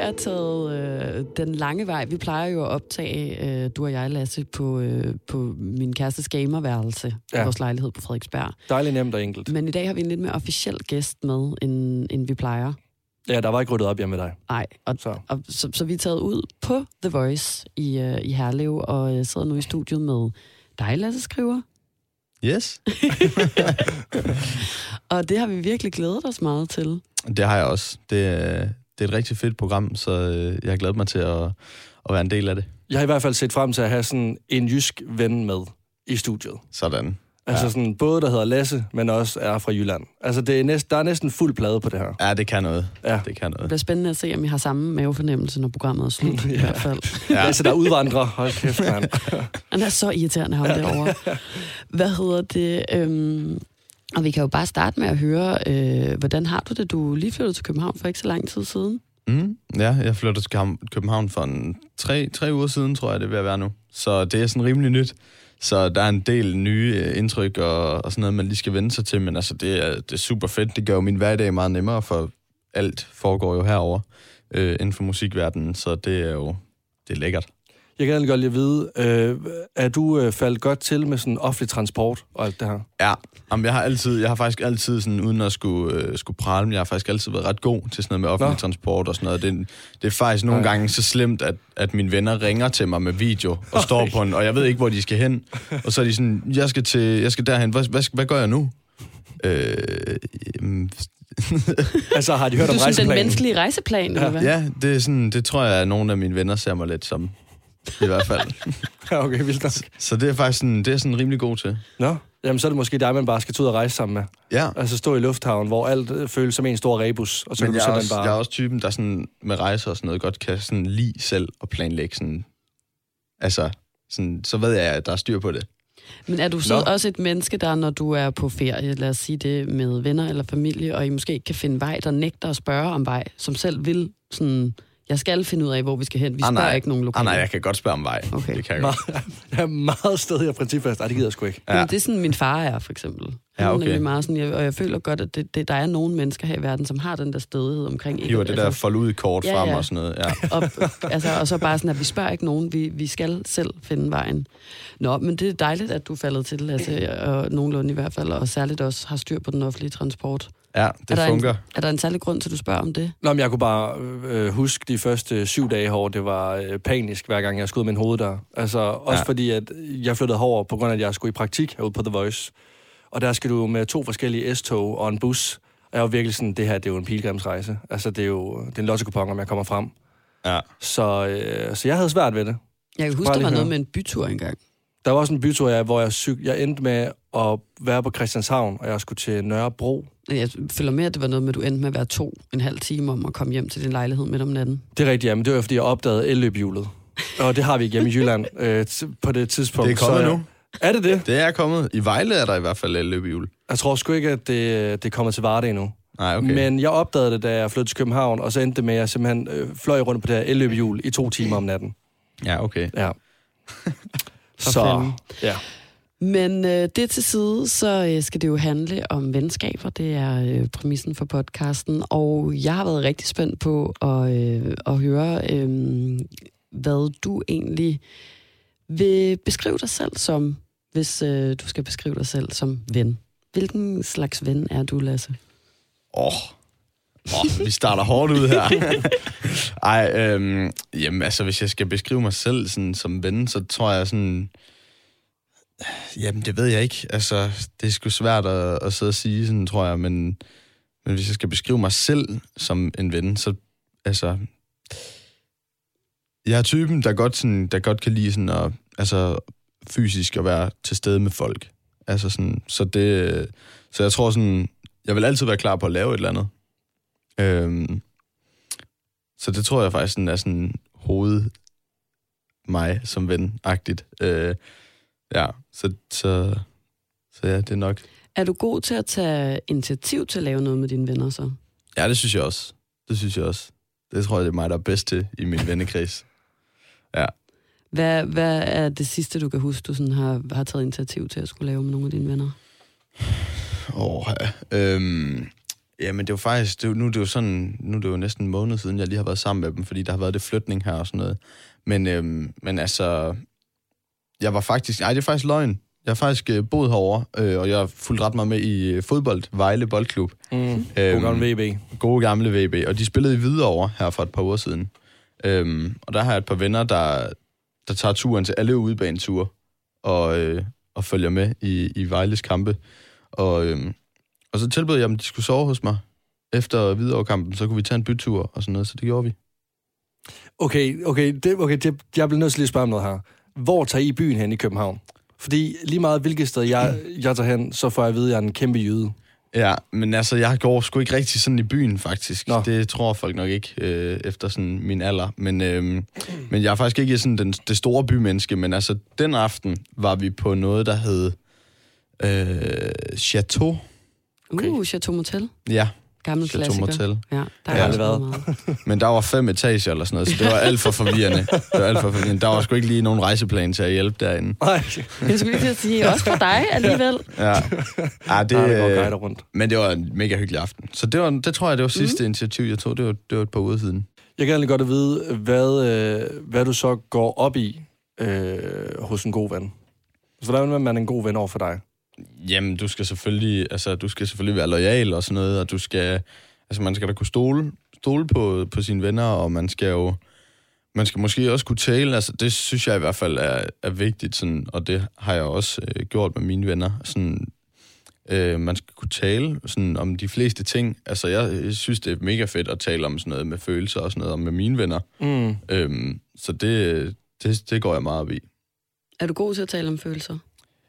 er taget den lange vej. Vi plejer jo at optage, du og jeg, Lasse, på min kærestes gamerværelse i vores lejlighed på Frederiksberg. Dejligt nemt og enkelt. Men i dag har vi en lidt mere officiel gæst med, end vi plejer. Ja, der var ikke ryddet op hjemme med dig. Nej, så vi er taget ud på The Voice i Herlev, og sidder nu i studiet med dig, Lasse Skriver. Yes. Og det har vi virkelig glædet os meget til. Det har jeg også. Det er et rigtig fedt program, så jeg har glædet mig til at være en del af det. Jeg har i hvert fald set frem til at have sådan en jysk ven med i studiet. Sådan. Altså sådan både der hedder Lasse, men også er fra Jylland. Altså der er næsten fuld plade på det her. Ja, det kan noget. Ja. Det kan noget. Det bliver spændende at se, om I har samme mavefornemmelse, når programmet er slut, i hvert fald. Ja. Lasse, der udvandrer. Hold kæft, mand. Han er så irriterende, ham derovre. Hvad hedder det? Og vi kan jo bare starte med at høre, hvordan har du det? Du lige flyttede til København for ikke så lang tid siden. Ja, jeg flyttede til København for 3 uger siden, tror jeg, det vil være nu. Så det er sådan rimelig nyt. Så der er en del nye indtryk og sådan noget, man lige skal vende sig til. Men altså, det er super fedt. Det gør jo min hverdag meget nemmere, for alt foregår jo herover inden for musikverdenen. Så det er lækkert. Jeg kan godt lide at vide, er du faldt godt til med sådan offentlig transport og alt det her? Ja, jamen, jeg har faktisk altid sådan, uden at skulle prale, jeg har faktisk altid været ret god til sådan noget med offentlig transport og sådan noget. Det er faktisk nogle gange så slemt, at mine venner ringer til mig med video og står på en, og jeg ved ikke, hvor de skal hen. Og så er de sådan, jeg skal derhen, hvad gør jeg nu? Altså, har de hørt om rejseplanen? Du er den menneskelige rejseplan, eller hvad? Ja, det tror jeg, at nogle af mine venner ser mig lidt som. I hvert fald. Ja, okay, vildt nok. Så det er faktisk sådan rimelig god til. Nå, jamen så er det måske dig, man bare skal tage ud og rejse sammen med. Ja. Altså stå i lufthavnen, hvor alt føles som en stor rebus. Og så men jeg er også typen, der sådan med rejser og sådan noget, godt kan sådan lide selv og planlægge sådan. Altså, sådan, så ved jeg, at der er styr på det. Men er du så også et menneske, der når du er på ferie, lad os sige det, med venner eller familie, og I måske ikke kan finde vej, der nægter at spørge om vej, som selv vil sådan... Jeg skal finde ud af, hvor vi skal hen. Vi spørger ikke nogen lokale. Nej, jeg kan godt spørge om vej. Okay. Det kan jeg godt. Jeg er meget stedig og principfast. Det gider jeg sgu ikke. Ja. Det er sådan, min far er, for eksempel. Han er nemlig meget sådan, og jeg føler godt, at der er nogle mennesker her i verden, som har den der stedighed omkring... Jo, det der folde ud kort frem og sådan noget. Ja. Og så bare sådan, at vi spørger ikke nogen. Vi skal selv finde vejen. Nå, men det er dejligt, at du er faldet til, Lasse, og nogenlunde i hvert fald, og særligt også har styr på den offentlige transport. Ja, det fungerer. Er der en særlig grund til, at du spørger om det? Nå, men jeg kunne bare huske de første 7 dage hvor det var panisk, hver gang jeg skulle ud med en hoveddør. Altså, også fordi, at jeg flyttede herover på grund af, at jeg skulle i praktik herude på The Voice. Og der skal du med 2 forskellige S-tog og en bus. Og jeg var virkelig sådan, det her, det er jo en pilgrimsrejse. Altså, det er en lotto-kupon, om jeg kommer frem. Ja. Så jeg havde svært ved det. Jeg kan huske, der var noget med en bytur engang. Der var også en bytur, hvor jeg endte med at være på Christianshavn, og jeg skulle til Nørrebro. Jeg føler mere, at det var noget med, at du endte med at være 2,5 timer om at komme hjem til din lejlighed midt om natten. Det er rigtigt, ja, men det var fordi, jeg opdagede elløbhjulet. Og det har vi ikke hjemme i Jylland på det tidspunkt. Det er kommet nu. Er det det? Det er kommet. I Vejle er der i hvert fald elløbhjul. Jeg tror sgu ikke, at det er kommet til Varde endnu. Nej, okay. Men jeg opdagede det, da jeg flyttede til København, og så endte det med, at jeg simpelthen fløj rundt på det her elløbhjul i 2 timer om natten. Ja, okay. Ja. Så, ja. Men det til side, så skal det jo handle om venskaber. Det er præmissen for podcasten. Og jeg har været rigtig spændt på at høre, hvad du egentlig vil beskrive dig selv som, hvis du skal beskrive dig selv som ven. Hvilken slags ven er du, Lasse? Vi starter hårdt ud her. Jamen altså, hvis jeg skal beskrive mig selv sådan, som ven, så tror jeg sådan... Jamen, det ved jeg ikke. Altså, det er sgu svært at sidde og sige, sådan, tror jeg. Men hvis jeg skal beskrive mig selv som en ven, så... Altså... Jeg er typen, der godt kan lide sådan at... Altså, fysisk at være til stede med folk. Altså sådan... Så jeg tror sådan... Jeg vil altid være klar på at lave et eller andet. Så det tror jeg faktisk sådan, er sådan hoved mig som ven-agtigt. Ja, så ja, det er nok. Er du god til at tage initiativ til at lave noget med dine venner så? Ja, det synes jeg også. Det tror jeg, det er mig, der er bedst til i min vennekreds. Ja. Hvad er det sidste, du kan huske, du sådan har taget initiativ til at skulle lave med nogle af dine venner? Jamen, det er jo faktisk... Nu er det jo næsten en måned siden, jeg lige har været sammen med dem, fordi der har været det flytning her og sådan noget. Men altså... Jeg var faktisk... Nej, det er faktisk løgn. Jeg har faktisk boet herovre, og jeg har fulgt ret meget med i fodbold, Vejle Boldklub. God gamle VB. Gode gamle VB, og de spillede i Hvidovre her for et par uger siden. Og der har jeg et par venner, der tager turen til alle udebaneture og følger med i Vejles kampe. Og så tilbød jeg dem, at de skulle sove hos mig efter Hvidovre-kampen, så kunne vi tage en bytur og sådan noget, så det gjorde vi. Okay, jeg bliver nødt til lige at spørge om noget her. Hvor tager I byen hen i København? Fordi lige meget hvilket sted jeg tager hen, så får jeg at vide, at jeg er en kæmpe jyde. Ja, men altså, jeg går sgu ikke rigtig sådan i byen, faktisk. Nå. Det tror folk nok ikke, efter sådan min alder. Men jeg er faktisk ikke sådan det store bymenneske, men altså, den aften var vi på noget, der hed Chateau. Okay. Chateau Motel. Ja. Gammel Chateau Motel. Ja, der har aldrig været. Men der var 5 etager eller sådan noget, så det var alt for forvirrende. Der var sgu ikke lige nogen rejseplan til at hjælpe derinde. Nej. Jeg skulle lige sige, også for dig alligevel. Ja, det går rundt. Men det var en mega hyggelig aften. Så det tror jeg, det var sidste initiativ, jeg tog. Det var et par uger siden. Jeg kan egentlig godt at vide, hvad du så går op i hos en god ven. Så hvordan er man en god ven over for dig? Jamen, du skal selvfølgelig være loyal og sådan noget, og man skal da kunne stole på sine venner, og man skal måske også kunne tale. Altså, det synes jeg i hvert fald er vigtigt, sådan, og det har jeg også gjort med mine venner. Sådan, man skal kunne tale sådan, om de fleste ting. Altså, jeg synes, det er mega fedt at tale om sådan noget med følelser og sådan noget, og med mine venner. Så det går jeg meget op i. Er du god til at tale om følelser?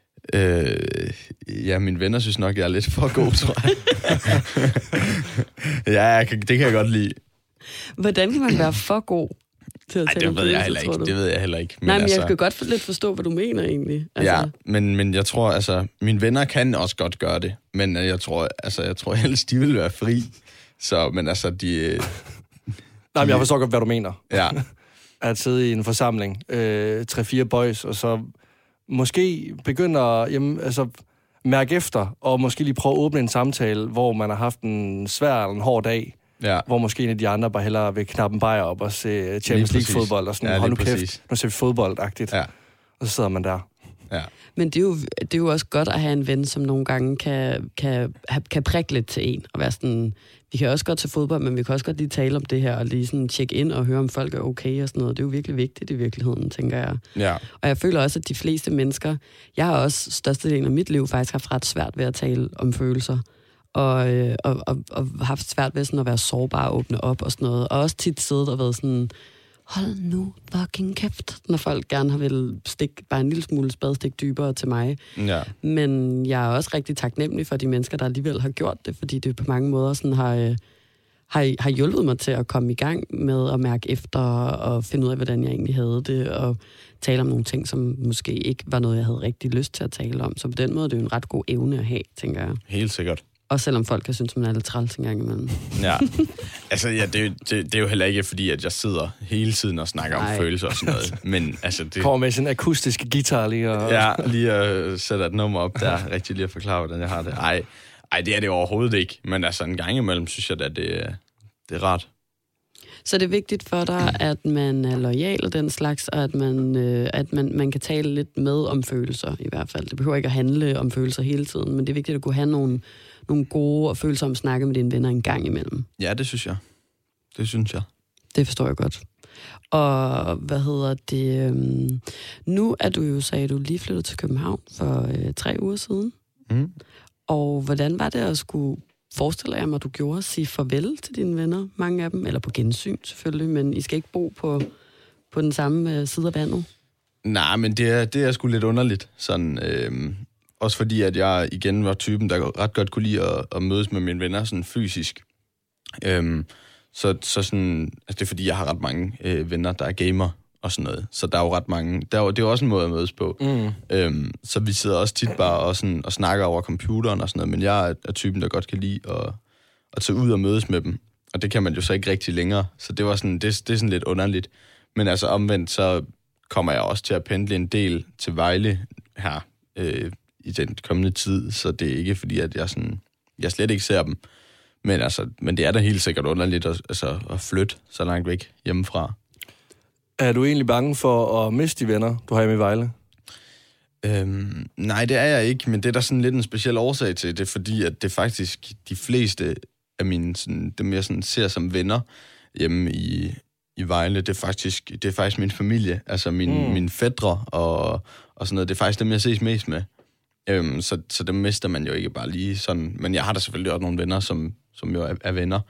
Ja, mine venner synes nok, jeg er lidt for god, tror jeg. Ja, det kan jeg godt lide. Hvordan kan man være for god til at tale om følelser, Det ved jeg heller ikke. Men jeg skal godt lidt forstå, hvad du mener egentlig. Altså. Ja, men jeg tror, altså, mine venner kan også godt gøre det, men jeg tror helst, de vil være fri. Så, men altså, Nej, men jeg forstår godt, hvad du mener. Ja. At sidde i en forsamling, 3-4 boys, og så måske begynder at mærke efter, og måske lige prøve at åbne en samtale, hvor man har haft en svær eller en hård dag, hvor måske en af de andre bare hellere vil knappe en bajer op og se Champions League-fodbold, og sådan, hold nu kæft, nu ser vi fodbold-agtigt. Ja. Og så sidder man der. Ja. Men det er jo også godt at have en ven, som nogle gange kan prikke lidt til en, og være sådan, vi kan også godt til fodbold, men vi kan også godt lige tale om det her, og lige sådan tjekke ind og høre, om folk er okay og sådan noget. Det er jo virkelig vigtigt i virkeligheden, tænker jeg. Ja. Og jeg føler også, at de fleste mennesker, jeg har også størstedelen af mit liv faktisk haft ret svært ved at tale om følelser, og haft svært ved sådan at være sårbar og åbne op og sådan noget, og også tit siddet og været sådan, hold nu fucking kæft, når folk gerne har vil stikke bare en lille smule spadestik dybere til mig. Ja. Men jeg er også rigtig taknemmelig for de mennesker, der alligevel har gjort det, fordi det på mange måder sådan har hjulpet mig til at komme i gang med at mærke efter og finde ud af, hvordan jeg egentlig havde det, og tale om nogle ting, som måske ikke var noget, jeg havde rigtig lyst til at tale om. Så på den måde det er det jo en ret god evne at have, tænker jeg. Helt sikkert. Også selvom folk kan synes, man er lidt træls en gang imellem. Ja, altså ja, det er jo heller ikke fordi, at jeg sidder hele tiden og snakker om følelser og sådan noget. Men altså det... Kommer med sådan en akustisk guitar lige og... Ja, lige at sætte et nummer op der, rigtig lige at forklare, hvordan jeg har det. Ej, det er det overhovedet ikke. Men altså en gang imellem synes jeg, at det er rart. Så det er vigtigt for dig, at man er loyal og den slags, og at man kan tale lidt med om følelser i hvert fald. Det behøver ikke at handle om følelser hele tiden, men det er vigtigt at kunne have nogle gode og følsomme snakke med dine venner en gang imellem. Ja, det synes jeg. Det forstår jeg godt. Og nu er du jo, sagde du, lige flyttet til København for 3 uger siden. Mm. Og hvordan var det at skulle, forestiller jeg mig, du gjorde, at sige farvel til dine venner, mange af dem, eller på gensyn selvfølgelig, men I skal ikke bo på den samme side af vandet? Nej, men det er sgu lidt underligt, sådan... Også fordi, at jeg igen var typen, der ret godt kunne lide at mødes med mine venner sådan fysisk. Så sådan, altså det er fordi, jeg har ret mange venner, der er gamer og sådan noget. Så der er jo ret mange. Det er jo også en måde at mødes på. Så vi sidder også tit bare og snakker over computeren og sådan noget. Men jeg er typen, der godt kan lide at tage ud og mødes med dem. Og det kan man jo så ikke rigtig længere. Så det var sådan, det er sådan lidt underligt. Men altså omvendt, så kommer jeg også til at pendle en del til Vejle her i den kommende tid, så det er ikke fordi, at jeg slet ikke ser dem. Men det er da helt sikkert underligt at flytte så langt væk hjemmefra. Er du egentlig bange for at miste de venner, du har hjemme i Vejle? Nej, det er jeg ikke, men det er der sådan lidt en speciel årsag til. Det er fordi, at det faktisk de fleste af mine, sådan, dem jeg sådan ser som venner hjemme i Vejle, det er faktisk min familie, altså mine fætre og sådan noget. Det er faktisk dem, jeg ses mest med. Så dem mister man jo ikke bare lige sådan. Men jeg har da selvfølgelig også nogle venner, som jo er venner,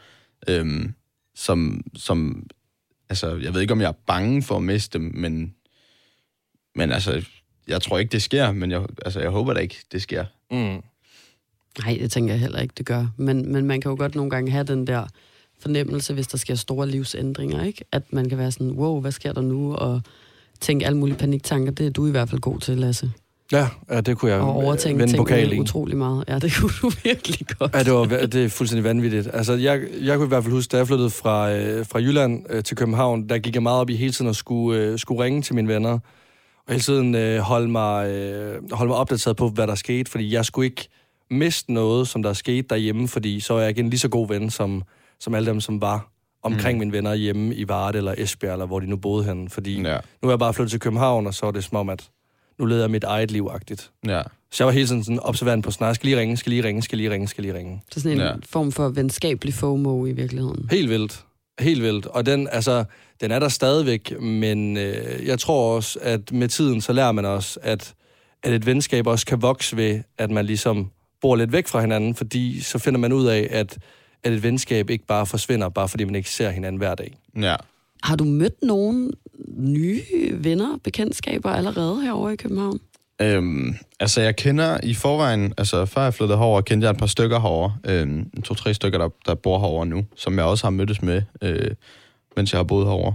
som altså, jeg ved ikke, om jeg er bange for at miste dem, men altså, jeg tror ikke, det sker, men jeg håber da ikke, det sker. Nej, det tænker jeg heller ikke, det gør. Men man kan jo godt nogle gange have den der fornemmelse, hvis der sker store livsændringer, ikke? At man kan være sådan, wow, hvad sker der nu? Og tænke alle mulige paniktanker. Det er du i hvert fald god til, Lasse. Ja, det kunne jeg og overtænke ting utrolig meget. Ja, det kunne du virkelig godt. Ja, det er fuldstændig vanvittigt. Altså, jeg kunne i hvert fald huske, da jeg flyttede fra Jylland til København, der gik jeg meget op i hele tiden at skulle ringe til mine venner, og hele tiden holde mig opdateret på, hvad der skete, fordi jeg skulle ikke miste noget, som der skete derhjemme, fordi så er jeg igen lige så god ven, som alle dem, som var omkring mine venner hjemme i Varde eller Esbjerg, eller hvor de nu boede henne. Fordi nu er jeg bare flyttet til København, og så er det som om, at nu leder jeg mit eget liv-agtigt. Ja. Så jeg var hele tiden sådan observant på sådan, skal lige ringe. Så sådan en form for venskabelig FOMO i virkeligheden. Helt vildt. Og den er der stadigvæk, men jeg tror også, at med tiden, så lærer man også, at et venskab også kan vokse ved, at man ligesom bor lidt væk fra hinanden, fordi så finder man ud af, at et venskab ikke bare forsvinder, bare fordi man ikke ser hinanden hver dag. Ja. Har du mødt nogle nye venner, bekendtskaber allerede herovre i København? Altså, jeg kender i forvejen, altså før jeg flyttede herover, kendte jeg et par stykker herovre. 2-3 stykker, der bor herovre nu, som jeg også har mødtes med, mens jeg har boet herovre.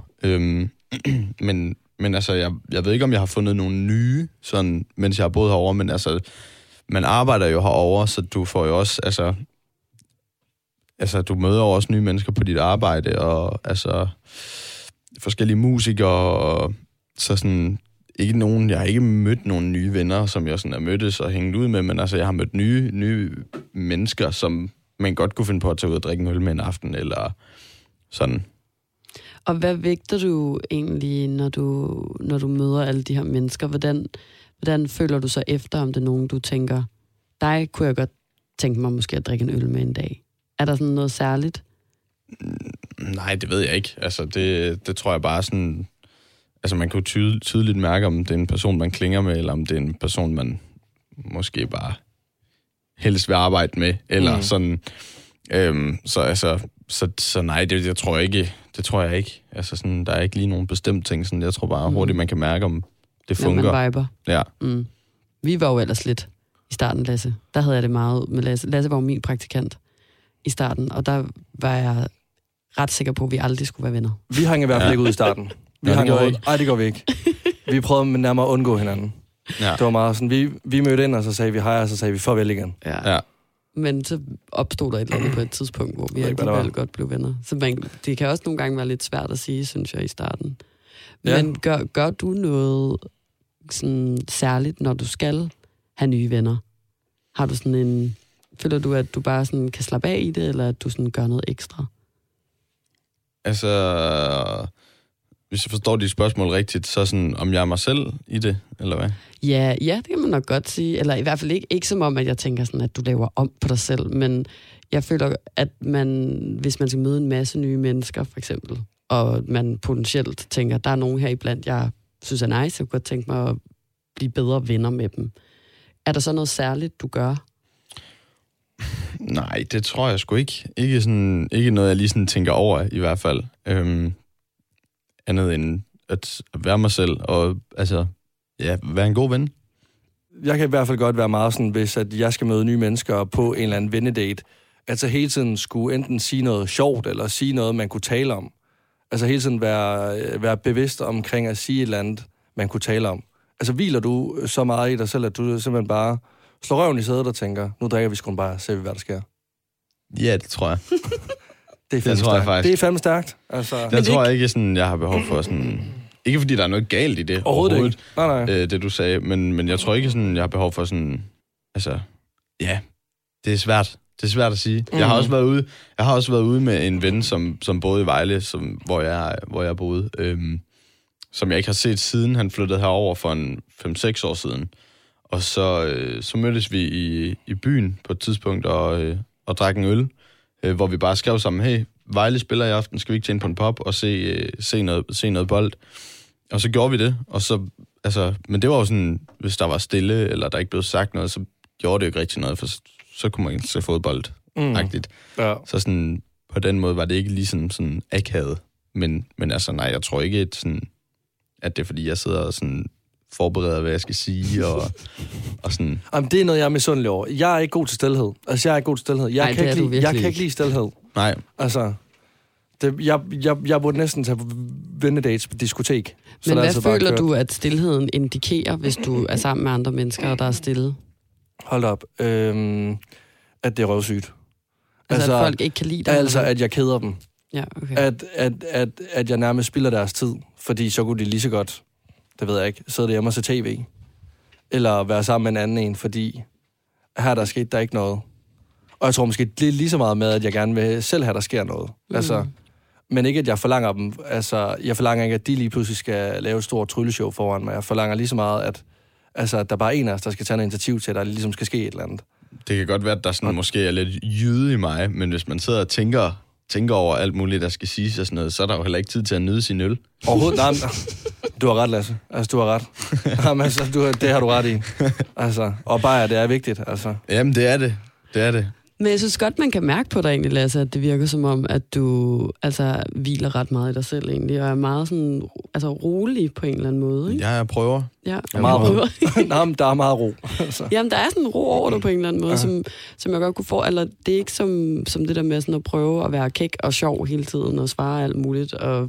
Men altså, jeg ved ikke, om jeg har fundet nogle nye, sådan, mens jeg har boet herovre, men altså, man arbejder jo herovre, så du får jo også, altså du møder jo også nye mennesker på dit arbejde, og altså forskellige musikere, og så sådan, jeg har ikke mødt nogle nye venner, som jeg sådan er mødtes og hængt ud med, men altså, jeg har mødt nye mennesker, som man godt kunne finde på at tage ud og drikke en øl med en aften, eller sådan. Og hvad vægter du egentlig, når du møder alle de her mennesker? Hvordan føler du så efter, om det er nogen, du tænker, dig kunne jeg godt tænke mig måske at drikke en øl med en dag? Er der sådan noget særligt? Nej, det ved jeg ikke. Altså, det tror jeg bare sådan... Altså, man kan jo tydeligt mærke, om det er en person, man klinger med, eller om det er en person, man måske bare helst vil arbejde med, eller sådan... Så nej, det tror jeg ikke. Det tror jeg ikke. Altså, sådan, der er ikke lige nogen bestemt ting. Sådan, jeg tror bare hurtigt, man kan mærke, om det fungerer. Man viber. Ja. Vi var jo ellers lidt i starten, Lasse. Der havde jeg det meget med Lasse. Lasse var jo min praktikant i starten, og der var jeg ret sikker på, at vi aldrig skulle være venner. Vi hang i hvert fald ikke ud i starten. Nej, det går vi ikke. Vi prøvede nærmere at undgå hinanden. Ja. Det var meget sådan, vi mødte ind, og så sagde vi hej, og så sagde vi farvel igen. Ja. Men så opstod der et eller andet på et tidspunkt, hvor vi alligevel godt blev venner. Så det kan også nogle gange være lidt svært at sige, synes jeg, i starten. Men gør du noget sådan særligt, når du skal have nye venner? Har du sådan en... Føler du, at du bare sådan kan slappe af i det, eller at du sådan gør noget ekstra? Altså... Hvis jeg forstår dit spørgsmål rigtigt, så sådan, om jeg er mig selv i det, eller hvad? Ja, det kan man nok godt sige. Eller i hvert fald ikke som om, at jeg tænker sådan, at du laver om på dig selv. Men jeg føler, at hvis man skal møde en masse nye mennesker, for eksempel, og man potentielt tænker, der er nogen her iblandt, jeg synes er nice, jeg kunne godt tænke mig at blive bedre venner med dem. Er der så noget særligt, du gør? Nej, det tror jeg sgu ikke. Ikke noget, jeg lige sådan tænker over, i hvert fald. Andet end at være mig selv, og altså, være en god ven. Jeg kan i hvert fald godt være meget sådan, hvis at jeg skal møde nye mennesker på en eller anden vennedate, altså hele tiden skulle enten sige noget sjovt, eller sige noget, man kunne tale om. Altså hele tiden være bevidst omkring at sige et eller andet, man kunne tale om. Altså hviler du så meget i dig selv, at du simpelthen bare slår røven i sædet og tænker, nu drikker vi sgu bare, ser vi, hvad der sker. Ja, det tror jeg. Det tror jeg faktisk. Det er fandme stærkt. Altså. Jeg tror ikke, sådan, jeg har behov for sådan... Ikke fordi der er noget galt i det overhovedet. Nej. Det du sagde, men jeg tror ikke, sådan, jeg har behov for sådan... Altså, ja, det er svært. Det er svært at sige. Jeg har også været ude med en ven, som boede i Vejle, hvor jeg boede, som jeg ikke har set siden. Han flyttede herover for 5-6 år siden. Og så mødtes vi i byen på et tidspunkt og drak en øl, hvor vi bare skrev sammen, hey, Vejle spiller i aften, skal vi ikke tage ind på en pub og se noget bold? Og så gjorde vi det, og så, altså, men det var jo sådan, hvis der var stille, eller der ikke blev sagt noget, så gjorde det jo ikke rigtig noget, for så kunne man se fodbold-agtigt. Ja. Så sådan, på den måde var det ikke ligesom sådan akavet. Men altså, nej, jeg tror ikke, at det er, fordi jeg sidder og sådan forbereder, hvad jeg skal sige, og sådan. Jamen, det er noget, jeg er misundelig over. Jeg er ikke god til stilhed. Jeg kan ikke lide stilhed. Nej. Altså, jeg burde næsten tage på vennedates på diskotek. Men hvad føler du, at stilheden indikerer, hvis du er sammen med andre mennesker, der er stille? Hold op. At det er røvsygt. Altså, at folk ikke kan lide dig? Altså, at jeg keder dem. Ja, okay. At jeg nærmest spilder deres tid, fordi så kunne de lige så godt, det ved jeg ikke, sidde derhjemme og se tv. Eller være sammen med en anden en, fordi her der skete der ikke noget. Og jeg tror måske, det er lige så meget med, at jeg gerne vil selv have, der sker noget. Altså, men ikke, at jeg forlanger dem. Altså, jeg forlanger ikke, at de lige pludselig skal lave et stort trylleshow foran mig. Jeg forlanger lige så meget, at der bare er en af os, der skal tage noget initiativ til, at der ligesom skal ske et eller andet. Det kan godt være, at der sådan måske er lidt jyde i mig, men hvis man sidder og tænker over alt muligt, der skal siges og sådan noget, så er der jo heller ikke tid til at nyde sin øl. Overhovedet, nej. Du har ret, Lasse. Altså, du har ret. Jamen, altså, det har du ret i. Altså, og bajer, det er vigtigt, altså. Jamen, det er det. Det er det. Men jeg synes godt, man kan mærke på dig egentlig, Lasse, at det virker som om, at du altså hviler ret meget i dig selv egentlig, og er meget sådan, altså rolig på en eller anden måde, ikke? Ja, jeg prøver. Ja, jeg meget ro. Jamen, der er meget ro. Altså. Jamen, der er sådan en ro over dig på en eller anden måde, som jeg godt kunne få, eller det er ikke som det der med sådan at prøve at være kæk og sjov hele tiden, og svare alt muligt, og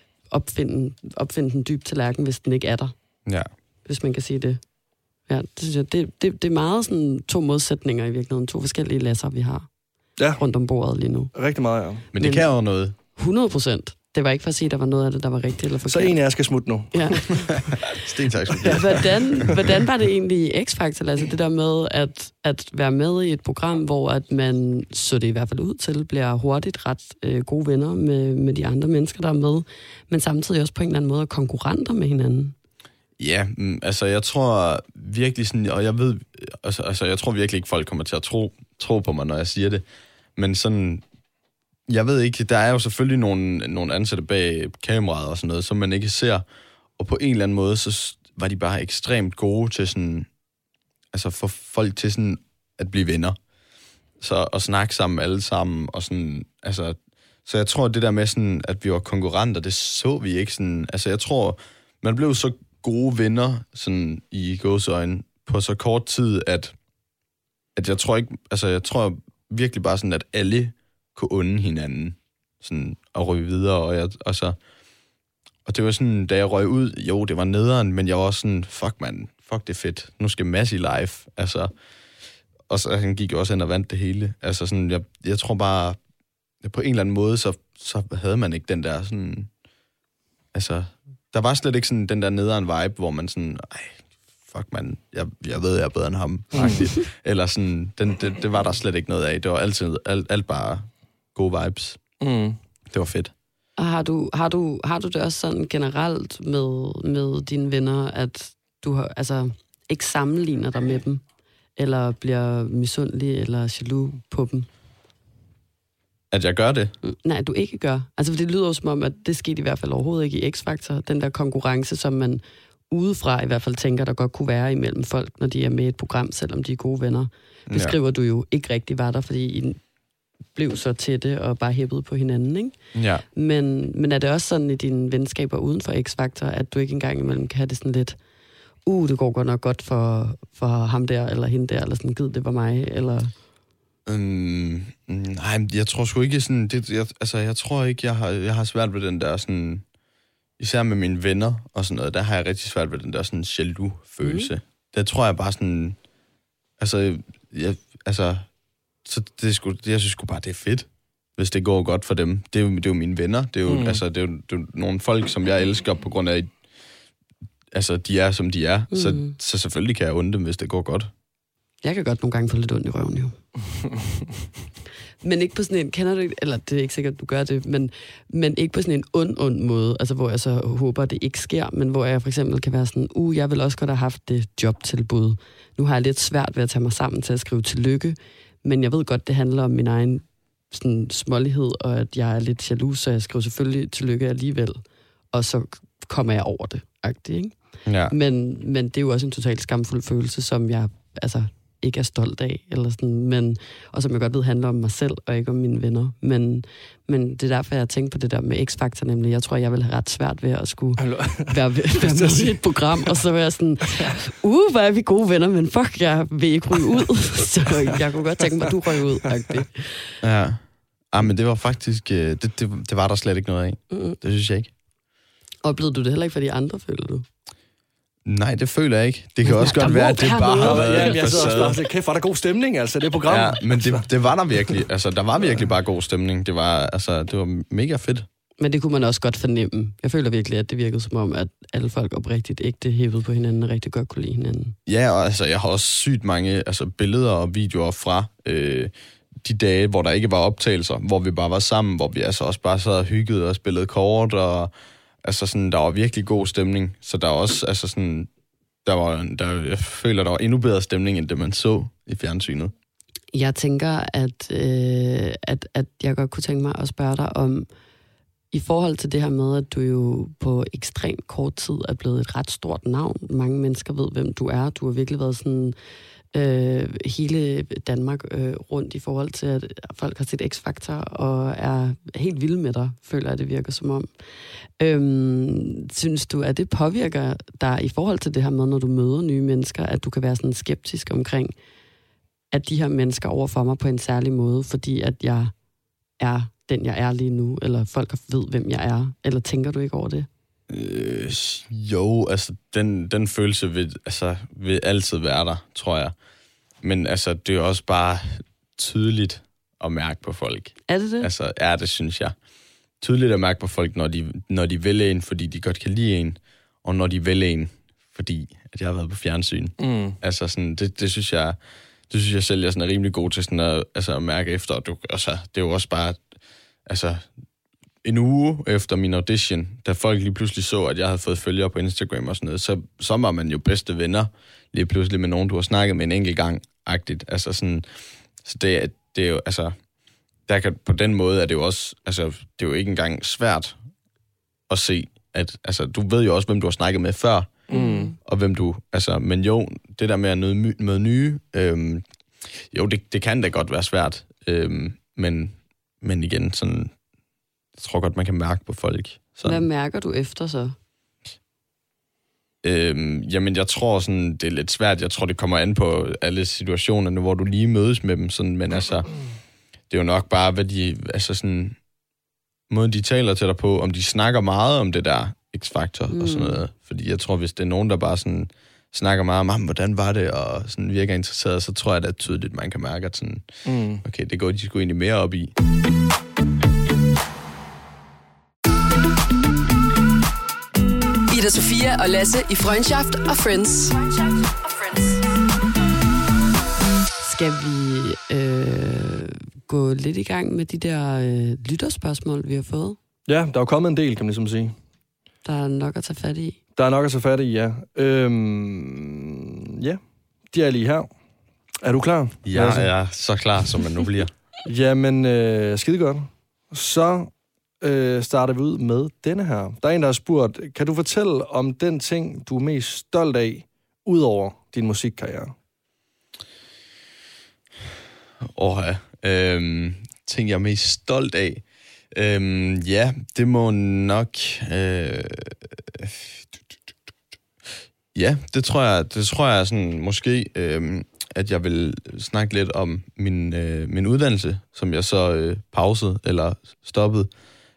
opfinde den dybe tallerken, hvis den ikke er der. Ja. Hvis man kan sige det. Ja, det synes jeg, det er meget sådan 2 modsætninger i virkeligheden. 2 forskellige Lasser, vi har rundt om bordet lige nu. Rigtig meget, ja. Men det kan jo noget. 100%. Det var ikke for at sige, at der var noget af det, der var rigtigt eller forkert. Så en af jer skal smutte nu. Ja. Stentak. Hvordan var det egentlig i X-Factor, altså det der med at være med i et program, hvor at man, så det i hvert fald ud til, bliver hurtigt ret gode venner med de andre mennesker, der er med, men samtidig også på en eller anden måde konkurrenter med hinanden? Ja, altså jeg tror virkelig sådan, og jeg ved, altså jeg tror virkelig ikke, folk kommer til at tro på mig, når jeg siger det, men sådan, jeg ved ikke, der er jo selvfølgelig nogle ansatte bag kameraet og sådan noget, som man ikke ser, og på en eller anden måde, så var de bare ekstremt gode til sådan, altså få folk til sådan at blive venner, så at snakke sammen alle sammen, og sådan, altså, så jeg tror det der med sådan, at vi var konkurrenter, det så vi ikke sådan, altså jeg tror, man blev så gode venner, sådan i gåseøjne, på så kort tid, at jeg tror ikke, altså jeg tror virkelig bare sådan, at alle kunne unde hinanden, sådan at ryge videre, og det var sådan, da jeg røg ud, jo, det var nederen, men jeg var også sådan, fuck det er fedt, nu skal Mads i live, altså, og så han gik også hen og vandt det hele, altså sådan, jeg tror bare, på en eller anden måde, så havde man ikke den der sådan, altså, der var slet ikke sådan den der nederen vibe, hvor man sådan, fuck man, jeg ved, jeg er bedre end ham, faktisk. Eller sådan, det var der slet ikke noget af. Det var altid, alt bare gode vibes. Det var fedt. Og har du det også sådan generelt med dine venner, at du altså ikke sammenligner dig med dem, eller bliver misundelig eller jaloux på dem? At jeg gør det? Nej, du ikke gør. Altså, for det lyder jo som om, at det skete i hvert fald overhovedet ikke i X-Factor. Den der konkurrence, som man udefra i hvert fald tænker, der godt kunne være imellem folk, når de er med i et program, selvom de er gode venner. Beskriver du jo ikke rigtig var der, fordi I blev så tætte og bare hæppede på hinanden, ikke? Ja. Men er det også sådan i dine venskaber uden for X-Factor, at du ikke engang imellem kan have det sådan lidt, det går godt nok godt for ham der, eller hende der, eller sådan, gid det var mig, eller... Nej, jeg tror sgu ikke sådan, jeg tror ikke, jeg har svært ved den der sådan, især med mine venner og sådan noget, der har jeg rigtig svært ved den der sådan jaloux-følelse. Det tror jeg bare sådan, så jeg synes sgu bare, det er fedt, hvis det går godt for dem. Det er jo mine venner, det er jo, det er jo nogle folk, som jeg elsker på grund af, altså de er, som de er, så selvfølgelig kan jeg unde dem, hvis det går godt. Jeg kan godt nogle gange få lidt ondt i røven, jo. Men ikke på sådan en, kender du ikke, eller det er ikke sikkert, du gør det, men ikke på sådan en ond måde, altså hvor jeg så håber, at det ikke sker, men hvor jeg for eksempel kan være sådan, jeg vil også godt have haft det jobtilbud. Nu har jeg lidt svært ved at tage mig sammen til at skrive tillykke, men jeg ved godt, det handler om min egen sådan smålighed, og at jeg er lidt jaloux, så jeg skriver selvfølgelig tillykke alligevel, og så kommer jeg over det, ikke? Ja. Men det er jo også en totalt skamfuld følelse, som jeg ikke er stolt af, eller sådan, og som jeg godt ved handler om mig selv, og ikke om mine venner. Men det er derfor, jeg tænkte på det der med X-Factor, nemlig. Jeg tror, jeg vil have ret svært ved at skulle være med i et program, og så være sådan, hvor er vi gode venner, men fuck, jeg vil ikke ryge ud. Så jeg kunne godt tænke mig, at du røg ud. Ja, men det var faktisk, det var der slet ikke noget af. Det synes jeg ikke. Oplevede du det heller ikke for de andre, føler du? Nej, det føler jeg ikke. Det kan også godt være, at det bare har været en facade. Kæft, var der god stemning, altså, det program. Ja, men det var der virkelig. Altså, der var virkelig bare god stemning. Det var mega fedt. Men det kunne man også godt fornemme. Jeg føler virkelig, at det virkede som om, at alle folk oprigtigt ægte hævede på hinanden og rigtig godt kunne lide hinanden. Ja, og altså, jeg har også sygt mange billeder og videoer fra de dage, hvor der ikke var optagelser, hvor vi bare var sammen, hvor vi altså også bare sad og hyggede og spillede kort, og altså sådan, der var virkelig god stemning. Så der var også, altså sådan, jeg føler, der var endnu bedre stemning, end det man så i fjernsynet. Jeg tænker, at jeg godt kunne tænke mig at spørge dig om, i forhold til det her med, at du jo på ekstremt kort tid er blevet et ret stort navn. Mange mennesker ved, hvem du er. Du har virkelig været sådan hele Danmark rundt i forhold til, at folk har set X-Factor og er helt vilde med dig, føler jeg, det virker som om. Synes du, at det påvirker dig i forhold til det her med, når du møder nye mennesker, at du kan være sådan skeptisk omkring, at de her mennesker overfor mig på en særlig måde, fordi at jeg er den, jeg er lige nu, eller folk ved, hvem jeg er, eller tænker du ikke over det? Jo, altså den følelse vil altid være der, tror jeg. Men altså, det er jo også bare tydeligt at mærke på folk. Er det det? Altså, ja, det synes jeg. Tydeligt at mærke på folk, når de vælger en, fordi de godt kan lide en, og når de vælger en, fordi at jeg har været på fjernsyn. Altså, sådan, det synes jeg selv, jeg er rimelig god til sådan at mærke efter. Det er jo også bare, en uge efter min audition, da folk lige pludselig så, at jeg havde fået følgere på Instagram og sådan noget, så var man jo bedste venner lige pludselig med nogen, du har snakket med en enkelt gang-agtigt. Altså sådan, så det er jo, altså, på den måde er det jo også, altså, det er jo ikke engang svært at se, at, altså, du ved jo også, hvem du har snakket med før, og hvem du, altså, men jo, det der med at møde nye, jo, det kan da godt være svært, men igen, sådan, jeg tror godt, man kan mærke på folk. Sådan. Hvad mærker du efter så? Jamen, jeg tror sådan, det er lidt svært. Jeg tror, det kommer an på alle situationerne, hvor du lige mødes med dem. Sådan, men altså, det er jo nok bare, hvad de, altså sådan, måden de taler til dig på, om de snakker meget om det der X-Factor og sådan noget. Fordi jeg tror, hvis det er nogen, der bare sådan snakker meget om, hvordan var det, og sådan virker interesseret, så tror jeg, det er tydeligt, man kan mærke, at sådan, okay, det går de sgu egentlig mere op i. Ida Sofia og Lasse i Freundschaft og Friends. Skal vi gå lidt i gang med de der lytterspørgsmål, vi har fået? Ja, der er jo kommet en del, kan man ligesom sige. Der er nok at tage fat i. Der er nok at tage fat i, ja. Ja, de er lige her. Er du klar? Ja, jeg er så klar, som man nu bliver. Jamen, skide godt. Så starter vi ud med denne her. Der er en, der har spurgt, kan du fortælle om den ting, du er mest stolt af, ud over din musikkarriere? Ting, jeg er mest stolt af? Ja, det må nok... Ja, det tror jeg sådan, måske, at jeg vil snakke lidt om min uddannelse, som jeg så pausede eller stoppede.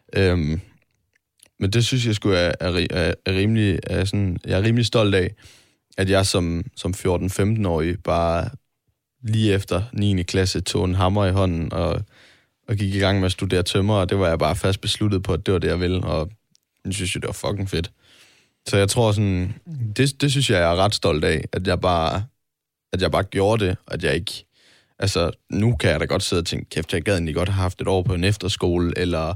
Men det synes jeg sgu er rimelig, jeg er rimelig stolt af, at jeg som 14-15-årig bare lige efter 9. klasse tog en hammer i hånden og gik i gang med at studere tømrer, og det var jeg bare fast besluttet på, at det var det, jeg ville, og jeg synes jo, det var fucking fedt. Så jeg tror sådan, det synes jeg er ret stolt af, at jeg bare at jeg bare gjorde det, at jeg ikke... Altså, nu kan jeg da godt sidde og tænke, kæft, jeg gad egentlig godt have haft et år på en efterskole, eller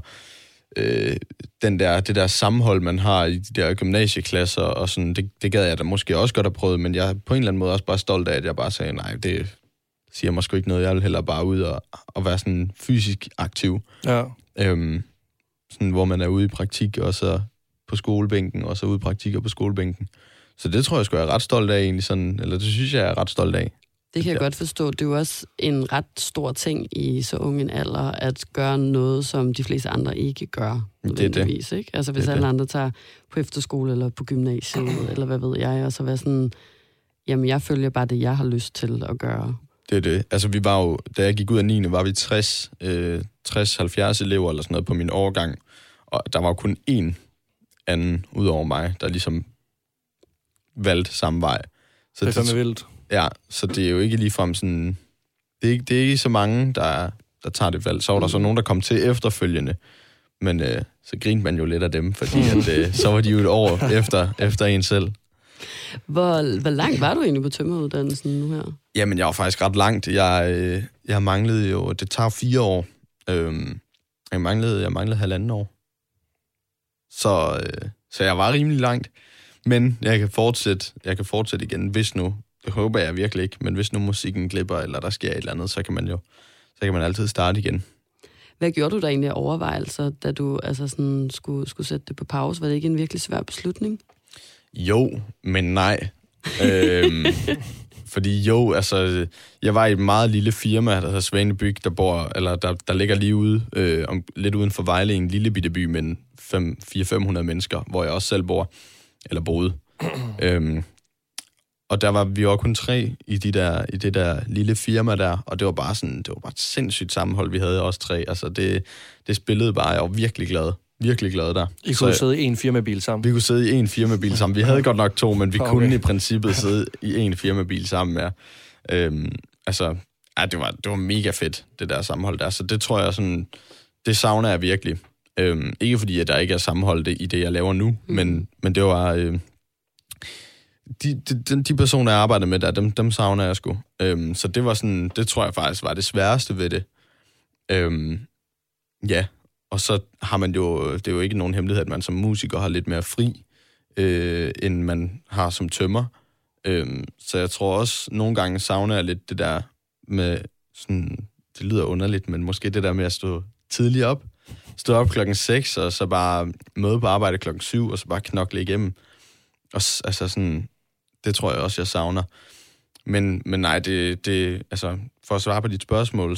det der sammenhold, man har i de der gymnasieklasser, og sådan, det gad jeg da måske også godt have prøvet, men jeg er på en eller anden måde også bare stolt af, at jeg bare sagde, nej, det siger mig sgu ikke noget, jeg vil hellere bare ud og være sådan fysisk aktiv. Ja. Sådan, hvor man er ude i praktik, og så på skolebænken, og så ude i praktik og på skolebænken. Så det tror jeg sgu, jeg er ret stolt af egentlig, sådan, eller det synes jeg er ret stolt af. Det kan jeg godt forstå. Det er jo også en ret stor ting i så ung en alder, at gøre noget, som de fleste andre ikke gør, nødvendigvis. Ikke? Altså hvis alle andre tager på efterskole eller på gymnasiet, eller hvad ved jeg, og så være sådan, jamen jeg følger bare det, jeg har lyst til at gøre. Det er det. Altså vi var jo, da jeg gik ud af 9. var vi 60-70 elever eller sådan noget på min årgang, og der var jo kun én anden ud over mig, der ligesom valgte samme vej. Så det er fandme vildt. Ja, så det er jo ikke ligefrem sådan... Det er ikke så mange, der tager det valg. Så var der så nogen, der kom til efterfølgende. Men så grinte man jo lidt af dem, fordi at, så var de jo et år efter en selv. Hvor langt var du egentlig på tømreruddannelsen nu her? Jamen, jeg var faktisk ret langt. Jeg manglede jo... Det tager 4 år. Jeg manglede 1,5 år. Så jeg var rimelig langt. Men jeg kan fortsætte igen, hvis nu... Det håber jeg virkelig ikke, men hvis nu musikken glipper, eller der sker et eller andet, så kan man altid starte igen. Hvad gjorde du der egentlig af overvejelser, da du altså sådan skulle sætte det på pause? Var det ikke en virkelig svær beslutning? Jo, men nej. Fordi altså, jeg var i et meget lille firma, der hedder Svanebyg, der ligger lige ude, lidt uden for Vejle, en lille bitte by med 400-500 mennesker, hvor jeg også selv boede. Og der var vi var kun 3 i det der lille firma der, og det var bare et sindssygt sammenhold, vi havde også 3. Altså det spillede bare, jeg var virkelig glad der. I kunne sidde i en firmabil sammen? Vi kunne sidde i en firmabil sammen. Vi havde godt nok 2, men vi kunne i princippet sidde i en firmabil sammen, ja. Det var mega fedt, det der sammenhold der, så det tror jeg sådan, det savner jeg virkelig. Ikke fordi, at der ikke er sammenhold i det, jeg laver nu, men det var... De personer, jeg arbejder med der, dem savner jeg sgu. Så det var sådan, det tror jeg faktisk var det sværeste ved det. Ja, og så har man jo, det er jo ikke nogen hemmelighed, at man som musiker har lidt mere fri, end man har som tømrer. Så jeg tror også, nogle gange savner jeg lidt det der med, sådan, det lyder underligt, men måske det der med at stå tidligt op. Stå op 6:00, og så bare møde på arbejde 7:00, og så bare knokle igennem. Og altså sådan, det tror jeg også, jeg savner. Men nej, altså, for at svare på dit spørgsmål,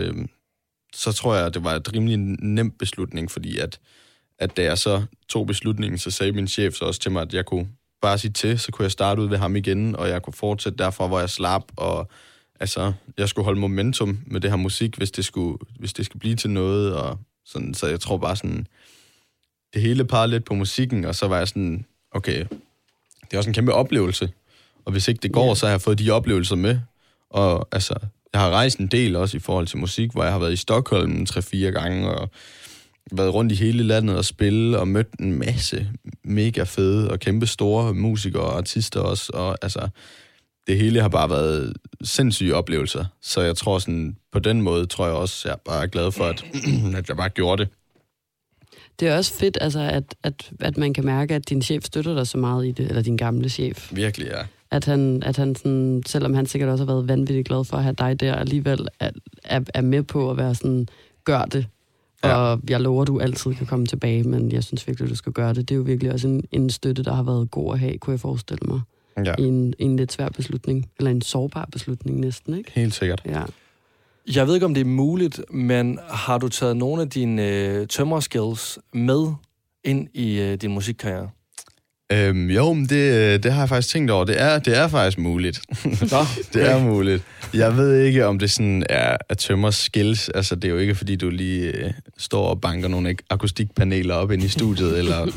så tror jeg, at det var et rimelig nemt beslutning, fordi at da jeg så tog beslutningen, så sagde min chef så også til mig, at jeg kunne bare sige til, så kunne jeg starte ud ved ham igen, og jeg kunne fortsætte derfra, hvor jeg slap, og altså, jeg skulle holde momentum med det her musik, hvis det skulle blive til noget, og sådan, så jeg tror bare sådan, det hele parrede lidt på musikken, og så var jeg sådan, okay, det er også en kæmpe oplevelse, og hvis ikke det går, så har jeg fået de oplevelser med, og altså, jeg har rejst en del også i forhold til musik, hvor jeg har været i Stockholm 3-4 gange, og været rundt i hele landet og spille, og mødt en masse mega fede og kæmpe store musikere og artister også, og altså, det hele har bare været sindssyge oplevelser, så jeg tror sådan, på den måde tror jeg også, jeg bare er glad for, at jeg bare gjorde det. Det er også fedt, altså, at man kan mærke, at din chef støtter dig så meget i det, eller din gamle chef. Virkelig, ja. At han sådan, selvom han sikkert også har været vanvittigt glad for at have dig der, alligevel er med på at være sådan, gør det. Ja. Og jeg lover, du altid kan komme tilbage, men jeg synes virkelig, du skal gøre det. Det er jo virkelig også en støtte, der har været god at have, kunne jeg forestille mig. Ja. I en lidt svær beslutning, eller en sårbar beslutning næsten, ikke? Helt sikkert. Ja. Jeg ved ikke, om det er muligt, men har du taget nogle af dine tømmerskills med ind i din musikkarriere? Jo, men det har jeg faktisk tænkt over. Det er faktisk muligt. Det er muligt. Jeg ved ikke, om det sådan er tømmerskills. Altså, det er jo ikke, fordi du lige står og banker nogle akustikpaneler op ind i studiet, eller...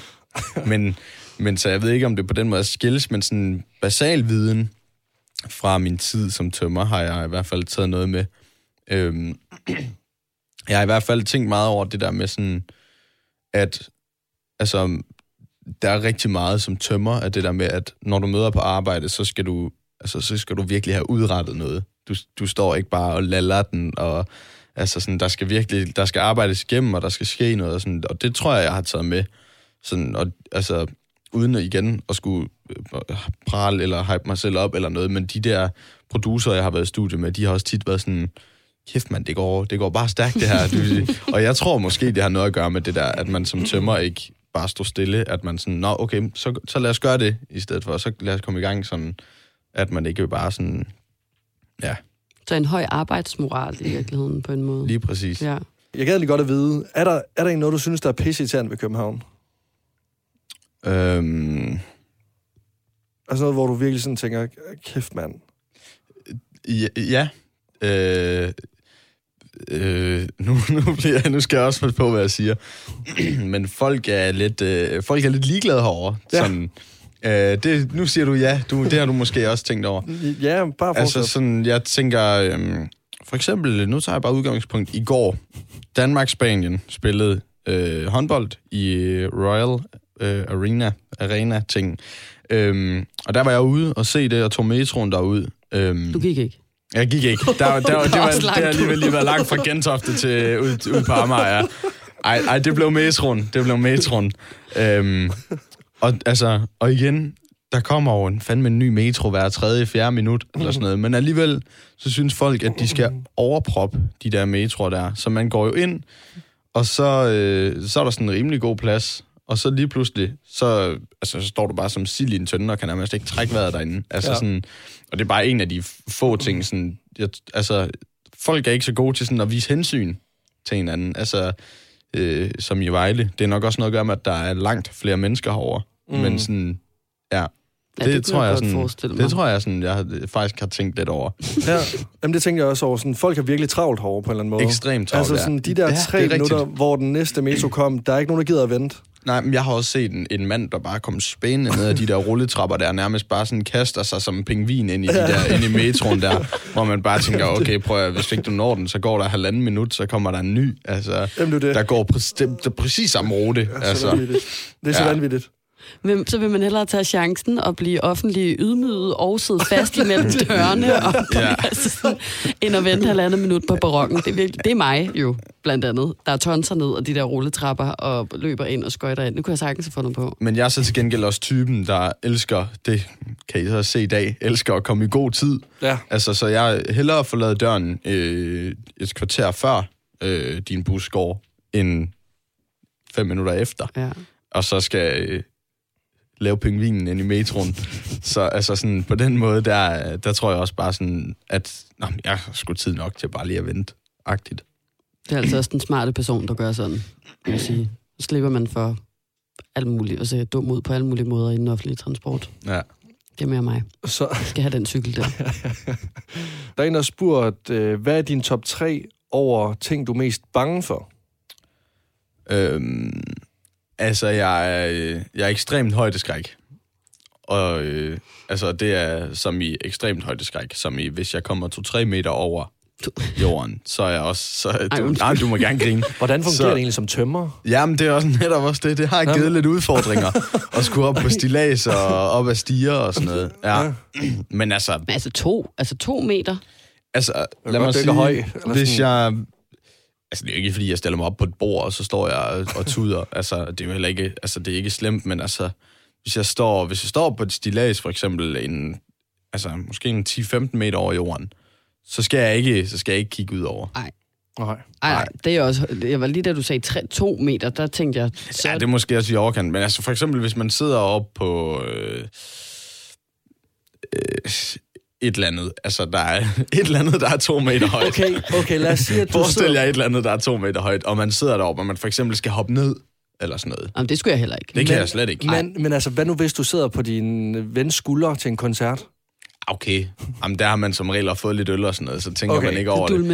men så jeg ved ikke, om det på den måde er skills, men sådan basal viden fra min tid som tømrer har jeg i hvert fald taget noget med. Jeg har i hvert fald tænkt meget over det der med sådan, at altså, der er rigtig meget som tømrer, at det der med, at når du møder på arbejde, så skal du altså, så skal du virkelig have udrettet noget. Du står ikke bare og laller den, og altså sådan, der skal arbejdes igennem, og der skal ske noget, og, sådan, og det tror jeg har taget med. Sådan, og, altså, uden igen at skulle prale eller hype mig selv op eller noget, men de der producer, jeg har været i studie med, de har også tit været sådan, kæft mand, det går bare stærkt det her. Og jeg tror måske, det har noget at gøre med det der, at man som tømmer ikke bare står stille, at man sådan, nå okay, så lad os gøre det i stedet for, så lad os komme i gang sådan, at man ikke bare sådan, ja. Så en høj arbejdsmoral i virkeligheden på en måde. Lige præcis. Ja. Jeg gad lige godt at vide, er der egentlig noget, du synes, der er pisseirriterende ved København? Altså noget, hvor du virkelig sådan tænker, kæft mand. Ja. Nu skal jeg også passe på, hvad jeg siger. Men folk er lidt ligeglade herovre. Ja. Sådan, nu siger du ja. Det har du måske også tænkt over. Ja, bare fortsæt. Altså sådan, jeg tænker, for eksempel, nu tager jeg bare udgangspunkt i går. Danmark-Spanien spillede håndbold i Royal Arena-ting. Og der var jeg ude og se det, og tog metroen derud. Du gik ikke? Jeg gik ikke. Det har alligevel lige været langt fra Gentofte til ud på Amager. Ja. Ej, det blev metroen. Og igen, der kommer jo fandme en ny metro hver 3.-4. minut, eller sådan noget. Men alligevel, så synes folk, at de skal overproppe de der metroer der. Så man går jo ind, og så er der sådan en rimelig god plads. Og så lige pludselig, så står du bare som sild i en tønde, og kan nærmest ikke trække vejret derinde. Altså sådan, og det er bare en af de få ting, sådan, folk er ikke så gode til sådan at vise hensyn til hinanden. Altså, som i Vejle. Det er nok også noget at gøre med, at der er langt flere mennesker herovre. Men sådan, ja. Det tror jeg sådan, jeg faktisk har tænkt lidt over. Ja, jamen det tænker jeg også over. Sådan, folk har virkelig travlt herovre på en eller anden måde. Ekstremt travlt, altså sådan, de der 3 minutter, hvor den næste metro kom, der er ikke nogen, der gider at vente. Nej, men jeg har også set en mand, der bare kom spændende ned af de der rulletrapper, der nærmest bare sådan kaster sig som en pingvin ind i metroen der, hvor man bare tænker, okay, prøv at, hvis ikke du når den, så går der 1,5 minut, så kommer der en ny. Altså, der går præcis samme rute. Altså. Det er så vanvittigt. Så vil man hellere tage chancen og blive offentlig ydmyget og sidde fast imellem dørene, og end at vente 1,5 minut på perronen. Det er mig jo, blandt andet. Der er tonser ned og de der rulletrapper og løber ind og skøjter ind. Det kunne jeg sagtens have fundet på. Men jeg er så til gengæld også typen, der elsker, det kan I så se i dag, elsker at komme i god tid. Ja. Altså, så jeg hellere forlade døren et kvarter før din bus går, end 5 minutter efter. Ja. Og så skal lave pingvinen ind i metroen. Så altså sådan, på den måde, der tror jeg også bare sådan, at jeg har sgu tid nok til bare lige at vente-agtigt. Det er altså også den smarte person, der gør sådan, vil jeg sige. Så slipper man for alt muligt, og ser dum ud på alle mulige måder i den offentlige transport. Ja. Det er mere mig. Så jeg skal have den cykel der. Der er en, der har spurgt, hvad er din top 3 over ting, du er mest bange for? Altså, jeg er ekstremt højdeskræk. Og det er som i ekstremt højdeskræk, som i, hvis jeg kommer 2-3 meter over jorden, så er jeg også... du må gerne grine. Hvordan fungerer det egentlig som tømmer? Jamen, det er også netop også det. Det har givet lidt udfordringer. At skulle op på stillads og op ad stiger og sådan noget. Ja. Men altså... Men altså 2 meter? Altså, lad mig sige, høj, hvis jeg... Altså, det er jo ikke, fordi jeg stiller mig op på et bord, og så står jeg og tuder. Altså, det er jo heller ikke... Altså, det er ikke slemt, men altså... Hvis jeg står på et stillads, for eksempel måske en 10-15 meter over jorden, så skal jeg ikke kigge ud over. Nej, det er også... Jeg var lige da du sagde 2 meter, der tænkte jeg... Ja, det er måske også i overkant, men altså for eksempel, hvis man sidder oppe på... et eller andet. Altså, der er et eller andet, der er 2 meter højt. Okay, lad os sige, at du Forestil jer et eller andet, der er 2 meter højt, og man sidder deroppe, og man for eksempel skal hoppe ned, eller sådan noget. Jamen, det skulle jeg heller ikke. Det kan jeg slet ikke. Men altså, hvad nu hvis du sidder på din vens skulder til en koncert? Okay. Jamen, der har man som regel fået lidt øl og sådan noget, så tænker man ikke over det.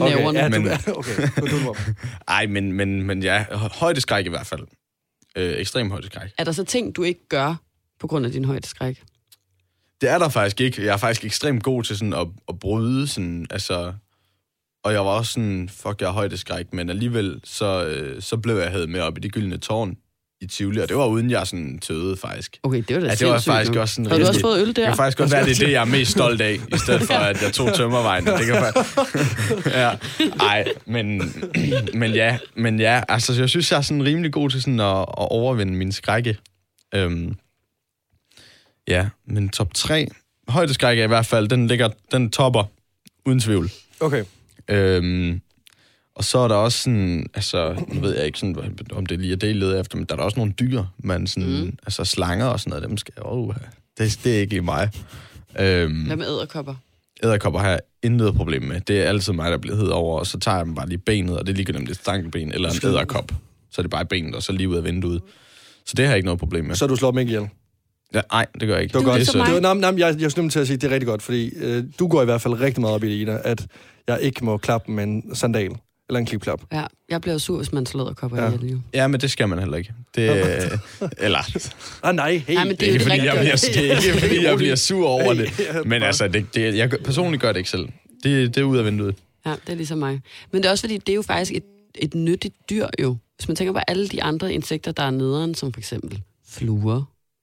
Ej, men ja, højdeskræk i hvert fald. Ekstrem højdeskræk. Er der så ting, du ikke gør på grund af din højdeskræk? Det er der faktisk ikke. Jeg er faktisk ekstremt god til sådan at bryde sådan, altså... Og jeg var også sådan, jeg har højdeskræk, men alligevel så blev jeg hævet med op i det gyldne tårn i Tivoli, og det var uden jeg sådan tøvede, faktisk. Okay, det var da det var faktisk også sådan... Har du også fået øl der? Det kan faktisk godt være, det er det, jeg er mest stolt af, i stedet for, at jeg tog tømmervejen. Det kan ja. Ej, men ja, altså, jeg synes, jeg er sådan rimelig god til sådan at overvinde min skrække. Ja, men top 3... Højdeskrække i hvert fald, den topper uden tvivl. Okay. Og så er der også sådan, altså, nu ved jeg ikke sådan, om det lige er det, jeg leder efter, men der er der også nogle dyr, man sådan, altså slanger og sådan noget, dem skal det er ikke i mig. Hvad med edderkopper? Edderkopper har jeg intet problem med. Det er altid mig, der bliver hed over, og så tager jeg dem bare lige benet, og det ligger dem det stankelben, eller en edderkop. Så er det bare benet, og så lige ud af vinduet. Så det har jeg ikke noget problem med. Så du slår dem ikke ihjel? Ja, nej, det gør jeg ikke. Det var godt. Jeg er til at sige, det er rigtig godt, fordi du går i hvert fald rigtig meget op i det, Ida, at jeg ikke må klappe med en sandal eller en klipklap. Ja, jeg bliver sur, hvis man slår edderkopper ihjel jo. Ja, men det skal man heller ikke. Det eller... nej, hey. Nej, men det er ikke fordi jeg bliver sur over det. Men altså, jeg personligt gør det ikke selv. Det er ud af vinduet. Ja, det er ligesom mig. Men det er også fordi, det er jo faktisk et nyttigt dyr jo. Hvis man tænker på alle de andre insekter, der er nederen, som for eksempel fluer.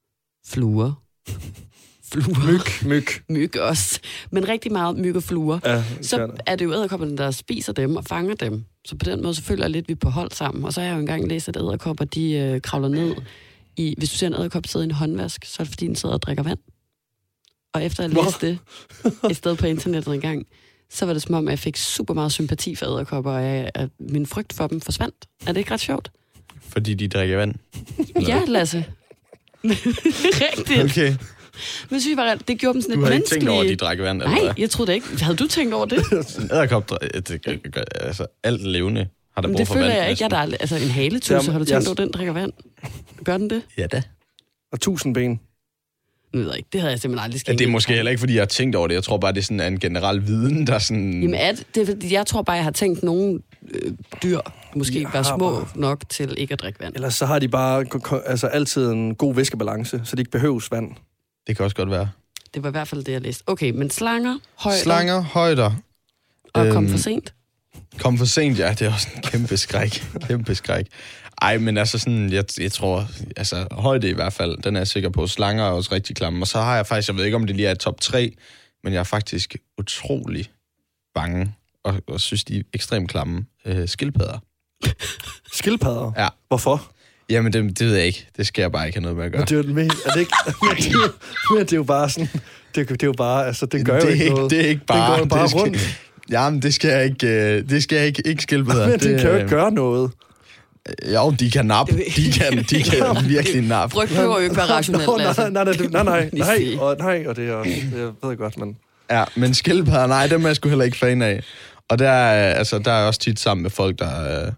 Myg også. Men rigtig meget myg og fluer. Ja, så er det jo edderkopperne, der spiser dem og fanger dem. Så på den måde så føler jeg lidt, vi er på hold sammen. Og så har jeg jo engang læst, at edderkopper, de kravler ned i... Hvis du ser en edderkop sidde i en håndvask, så er det fordi, den sidder og drikker vand. Og efter at jeg læste det et sted på internettet en gang, så var det som om, at jeg fik super meget sympati for edderkopper, og at min frygt for dem forsvandt. Er det ikke ret sjovt? Fordi de drikker vand? Ja, Lasse. Rigtigt. Okay. Men det gjorde dem sådan du et menneskeligt... Du har ikke tænkt over, at de drikker vand? Nej, jeg troede det ikke. Havde du tænkt over det? Edderkop, altså alt levende har der brug for vand. Det føler jeg ikke. Jeg er altså en haletusse, har du tænkt over, den drikker vand? Gør den det? Ja da. Og 1000 ben. Nu ved jeg ikke, det havde jeg simpelthen aldrig skænket. Det er måske heller ikke, fordi jeg har tænkt over det. Jeg tror bare, det er sådan en generel viden, der sådan... Jamen, jeg tror bare, jeg har tænkt, nogle dyr måske var små nok til ikke at drikke vand. Ellers så har de bare altid en god væskebalance, så de ikke behøves vand. Det kan også godt være. Det var i hvert fald det, jeg læste. Okay, men slanger, højder. Og kom for sent. Kom for sent, ja. Det er også en kæmpe skræk. Ej, men altså sådan, jeg tror, altså højde i hvert fald, den er jeg sikker på. Slanger er også rigtig klamme. Og så har jeg faktisk, jeg ved ikke, om det lige er top 3, men jeg er faktisk utrolig bange, og synes, de er ekstremt klamme. Skildpadder. Skildpadder? Ja. Hvorfor? Jamen, det ved jeg ikke. Det skal jeg bare ikke have noget med at gøre. Men det er jo den mest... Er det ikke... Men det er jo bare sådan... Det er jo bare... Altså, det gør jo ikke noget. Det er ikke bare... Den går bare rundt. Jamen, det skal jeg ikke skildpadder. Men de kan jo ikke gøre noget. Jo, de kan nappe. De kan virkelig nappe. Frygt behøver jo ikke være rationelt, Lasse. Nej, og det er også... Jeg ved godt, men... Ja, men skildpadder, nej, dem er jeg sgu heller ikke fan af. Og der er også tit sammen med folk, der...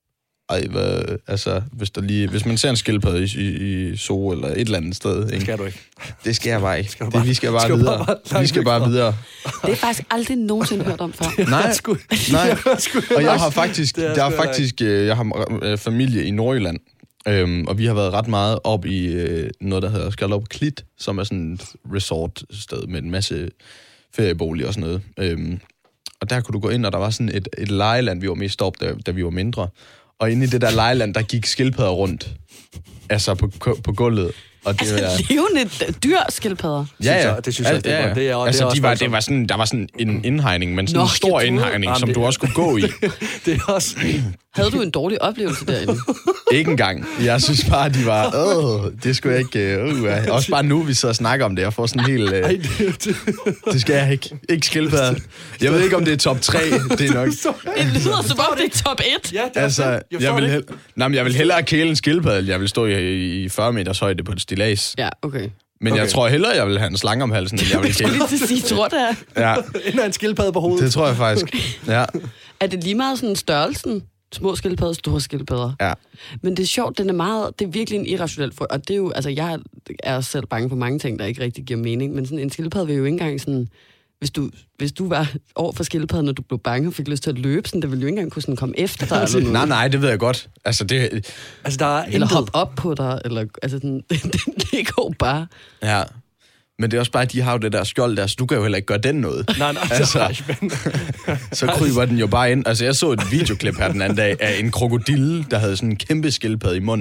hvis man ser en skildpadde i zoo eller et eller andet sted... Det skal du ikke. Det skal jeg bare ikke. Vi skal bare videre. Vi skal bare videre. Det er faktisk aldrig nogensinde hørt om før. Nej. Og jeg har familie i Nordjylland, og vi har været ret meget op i noget, der hedder Skallerup Klit, som er sådan et resort-sted med en masse ferieboliger og sådan noget. Og der kunne du gå ind, og der var sådan et legeland, vi var mest op, da vi var mindre. Og inde i det der lejeland, der gik skildpadder rundt. Altså på gulvet. Og det levende dyr skildpadder? Ja. Det synes jeg, det er altså, det var sådan, der var sådan en indhegning, men sådan en stor indhegning, som du også kunne gå i. Det er også... Havde du en dårlig oplevelse derinde? Ikke engang. Jeg synes bare, de var... det skulle jeg ikke... Også bare nu, vi sidder og snakker om det. Jeg får sådan helt... det skal jeg ikke. Ikke skildpadder. Jeg ved ikke, om det er top 3. Det er nok... Det lyder som om, det er top 1. Ja, det altså, jeg vil hellere kæle en skildpadde, jeg vil stå i 40 meters højde på et stillads. Ja, okay. Men jeg tror hellere, jeg vil have en slange om halsen, end jeg vil kæle. Jeg skulle lige til at sige, tror det er. Ja. End en skildpadde på hovedet. Det tror jeg faktisk. Ja. Er det lige meget sådan størrelsen? Små skildpadder, store skildpadder. Ja. Men det er sjovt, det er virkelig en irrationel frygt. Og det er jo, altså jeg er selv bange for mange ting, der ikke rigtig giver mening, men sådan en skildpadde vil jo ikke engang sådan, hvis du var over for skildpadden, når du blev bange og fik lyst til at løbe, sådan, der ville jo ikke engang kunne sådan komme efter dig. Eller noget. Nej, det ved jeg godt. Altså, der er eller hoppe op på dig, eller altså sådan, det går bare. Ja. Men det er også bare, at de har jo det der skjold der, så du kan jo heller ikke gøre den noget. Nej, altså, så kryber den jo bare ind. Altså, jeg så et videoklip her den anden dag af en krokodille, der havde sådan en kæmpe skildpadde i munden.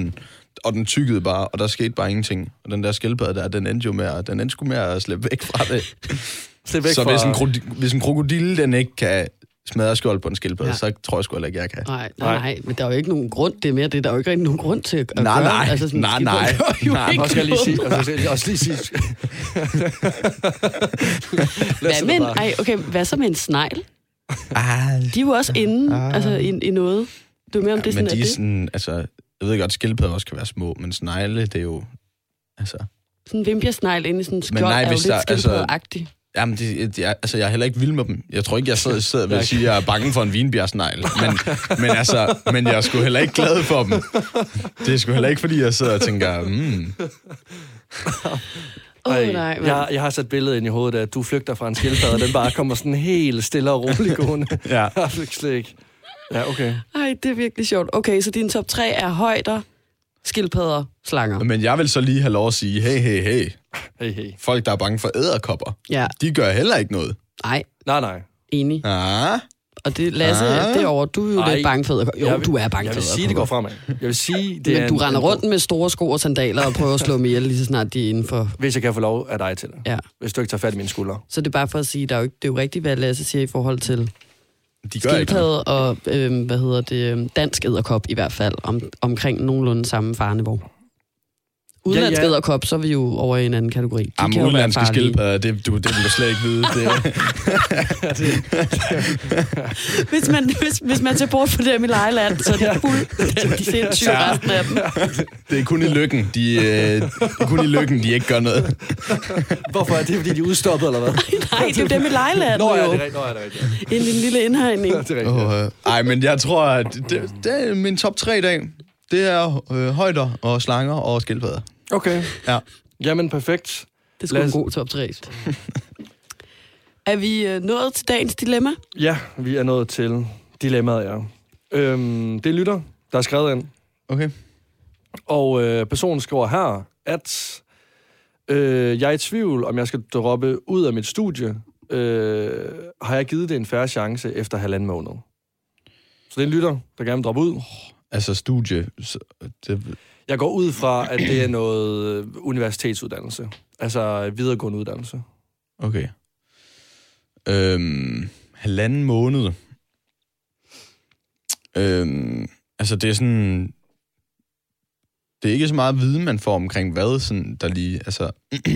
og den tykkede bare, og der skete bare ingenting. Og den der skildpadde der, den endte jo med, at den endte sgu med at slippe væk fra det. Så hvis en krokodille, den ikke kan smadre skjold på en skildpadde, så tror jeg sgu heller ikke, jeg kan. Nej, men der er jo ikke nogen grund, det er mere det, der er jo ikke rigtig nogen grund til at gøre. Nej. Altså, Nej. Også skal jeg lige sige. Hvad så med en snegl? De er jo også inde, altså i noget. Du er mere om det men sådan, de er sådan, altså, jeg ved godt, skildpadder også kan være små, men snegle, det er jo, altså... Sådan en vimpjersnegl inde i sådan en skjold er jo lidt skildpaddeagtig. Jamen, jeg er heller ikke vild med dem. Jeg tror ikke, jeg sidder ved at sige, at jeg er bange for en vinbjergsnegl. Men jeg er sgu heller ikke glad for dem. Det er sgu heller ikke, fordi jeg sidder og tænker, Jeg har sat billedet ind i hovedet af, at du flygter fra en skildpadde, og den bare kommer sådan helt stille og roligt gående. Ja. Slet ikke. Ja, okay. Ej, det er virkelig sjovt. Okay, så din top 3 er højder, skildpadder, slanger. Men jeg vil så lige have lov at sige, hey. Folk, der er bange for edderkopper, de gør heller ikke noget. Nej. Enig. Og det, Lasse, derovre, du er jo lidt bange for edderkopper. Jo, du er bange for edderkopper. Jeg vil sige, det går fremad. Jeg vil sige, det men du render rundt med store sko og sandaler og prøver at slå mig ihjel, lige så snart de er indenfor. Hvis jeg kan få lov af dig til det. Ja. Hvis du ikke tager fat i mine skuldre. Så det er bare for at sige, det er jo rigtigt, hvad Lasse siger i forhold til skildpadde og dansk edderkop i hvert fald, omkring nogenlunde samme fareniveau. Udlandsk edderkop, så er vi jo over i en anden kategori. Jamen, udlandske skildpadder, det vil du slet ikke vide. Hvis man ser bort for dem i Lejeland, så er det fuldstændig sindssygt resten af dem. Det er kun i Lykken, de ikke gør noget. Hvorfor er det, fordi de er udstoppet, eller hvad? Nej, det er jo dem i Lejeland. Nå, ja, det er rigtigt. En lille indhegning. Ej, men jeg tror, at det er min top 3 i dag. Det er højder og slanger og skildpadder. Okay. Ja. Jamen, perfekt. Det er sgu en god top 3. Er vi nået til dagens dilemma? Ja, vi er nået til dilemmaet, ja. Det er lytter, der er skrevet ind. Okay. Og personen skriver her, at jeg er i tvivl, om jeg skal droppe ud af mit studie. Har jeg givet det en fair chance efter 1,5 måned? Så det er en lytter, der gerne vil droppe ud. Altså studie... Jeg går ud fra, at det er noget universitetsuddannelse. Altså videregående uddannelse. Okay. 1,5 måned. Altså det er sådan... Det er ikke så meget viden, man får omkring hvad, sådan, der lige... Altså,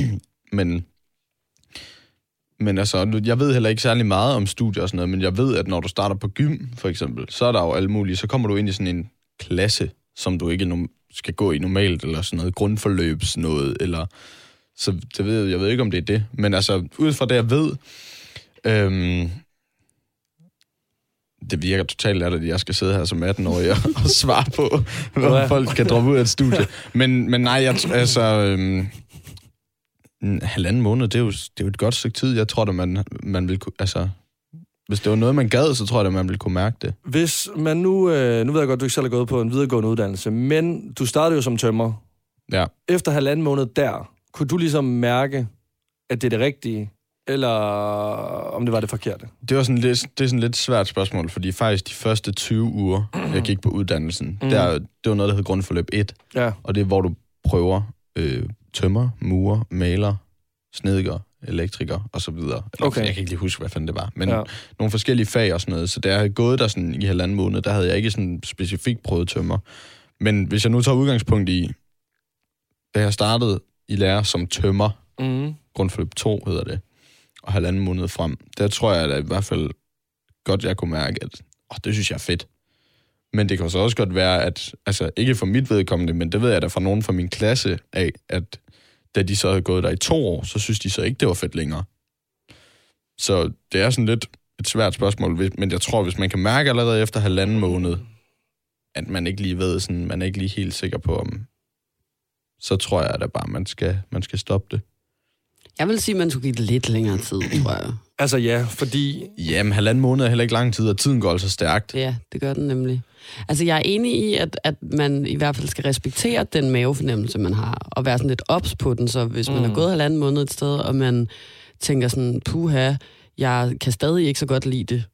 men altså, jeg ved heller ikke særlig meget om studier og sådan noget, men jeg ved, at når du starter på gym, for eksempel, så er der jo alle mulige, så kommer du ind i sådan en klasse, som du ikke skal gå i normalt, eller sådan noget grundforløbs noget, eller... Så det jeg ved ikke, om det er det. Men altså, ud fra det, jeg ved... det virker totalt latterligt, at jeg skal sidde her som 18-årig og svare på, hvor folk kan droppe ud af et studie. Men nej, altså... 1,5 måned, det er jo et godt stykke tid. Jeg tror, at man vil kunne... Altså, hvis det var noget, man gad, så tror jeg, at man ville kunne mærke det. Hvis man nu ved jeg godt, at du ikke selv har gået på en videregående uddannelse, men du startede jo som tømrer. Ja. Efter 1,5 måned der, kunne du ligesom mærke, at det er det rigtige, eller om det var det forkerte? Det er sådan lidt svært spørgsmål, fordi faktisk de første 20 uger, jeg gik på uddannelsen, det var noget, der hed grundforløb 1. Ja. Og det er, hvor du prøver tømrer, murer, maler, snedker, elektriker og så videre. Okay. Jeg kan ikke lige huske, hvad fanden det var. Men nogle forskellige fag og sådan noget. Så da jeg havde gået der sådan i 1,5 måned, der havde jeg ikke sådan specifikt prøvet tømrer. Men hvis jeg nu tager udgangspunkt i, da jeg startede i lære som tømrer, grundforløb 2 hedder det, og 1,5 måned frem, der tror jeg da i hvert fald godt, jeg kunne mærke, at det synes jeg er fedt. Men det kan så også godt være, at, altså ikke for mit vedkommende, men det ved jeg da fra nogen fra min klasse af, at da de så havde gået der i 2 år, så synes de så ikke, det var fedt længere. Så det er sådan lidt et svært spørgsmål, men jeg tror, hvis man kan mærke allerede efter 1,5 måned, at man ikke lige ved, sådan, man er ikke lige helt sikker på, om, så tror jeg da bare, man skal stoppe det. Jeg vil sige, at man skulle give det lidt længere tid, tror jeg. Altså ja, fordi... Jamen, 1,5 måned er heller ikke lang tid, og tiden går altså stærkt. Ja, det gør den nemlig. Altså, jeg er enig i, at man i hvert fald skal respektere den mavefornemmelse, man har, og være sådan lidt ops på den, så hvis man er gået 1,5 måned et sted, og man tænker sådan, puha, jeg kan stadig ikke så godt lide det,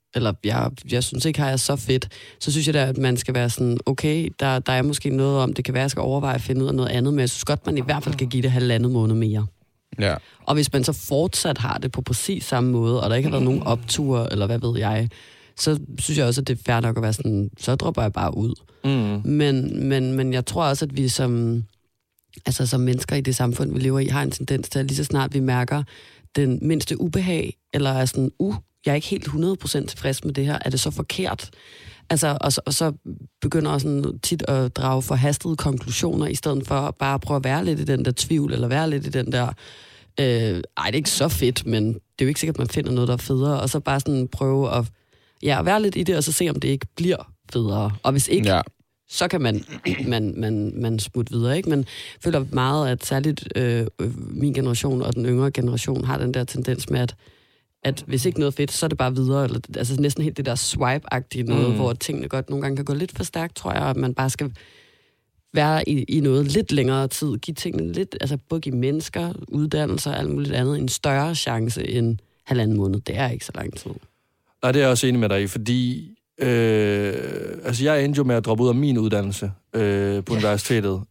eller jeg synes ikke, har jeg så fedt, så synes jeg da, at man skal være sådan, okay, der er måske noget om, det kan være, at jeg skal overveje at finde ud af noget andet, men jeg synes godt, man i hvert fald kan give det 1,5 måned mere. Ja. Og hvis man så fortsat har det på præcis samme måde, og der ikke har været nogen opture, eller hvad ved jeg, så synes jeg også, at det er fair nok at være sådan, så dropper jeg bare ud. Men jeg tror også, at vi som mennesker i det samfund, vi lever i, har en tendens til, at lige så snart vi mærker den mindste ubehag, eller er sådan, jeg er ikke helt 100% tilfreds med det her, er det så forkert? Altså, og så begynder jeg sådan tit at drage forhastede konklusioner, i stedet for bare at prøve at være lidt i den der tvivl, eller være lidt i den der, det er ikke så fedt, men det er jo ikke sikkert, at man finder noget, der er federe, og så bare sådan prøve at være lidt i det, og så se, om det ikke bliver federe. Og hvis ikke, så kan man smutte videre, ikke? Men jeg føler meget, at særligt min generation og den yngre generation har den der tendens med, at hvis ikke noget fedt, så er det bare videre. Eller, altså næsten helt det der swipe-agtige noget, hvor tingene godt nogle gange kan gå lidt for stærkt, tror jeg, at man bare skal være i noget lidt længere tid. Give tingene lidt, altså både give mennesker, uddannelser og alt muligt andet en større chance end 1,5 måned. Det er ikke så lang tid. Nej, det er jeg også enig med dig i, fordi jeg endte jo med at droppe ud af min uddannelse på universitetet.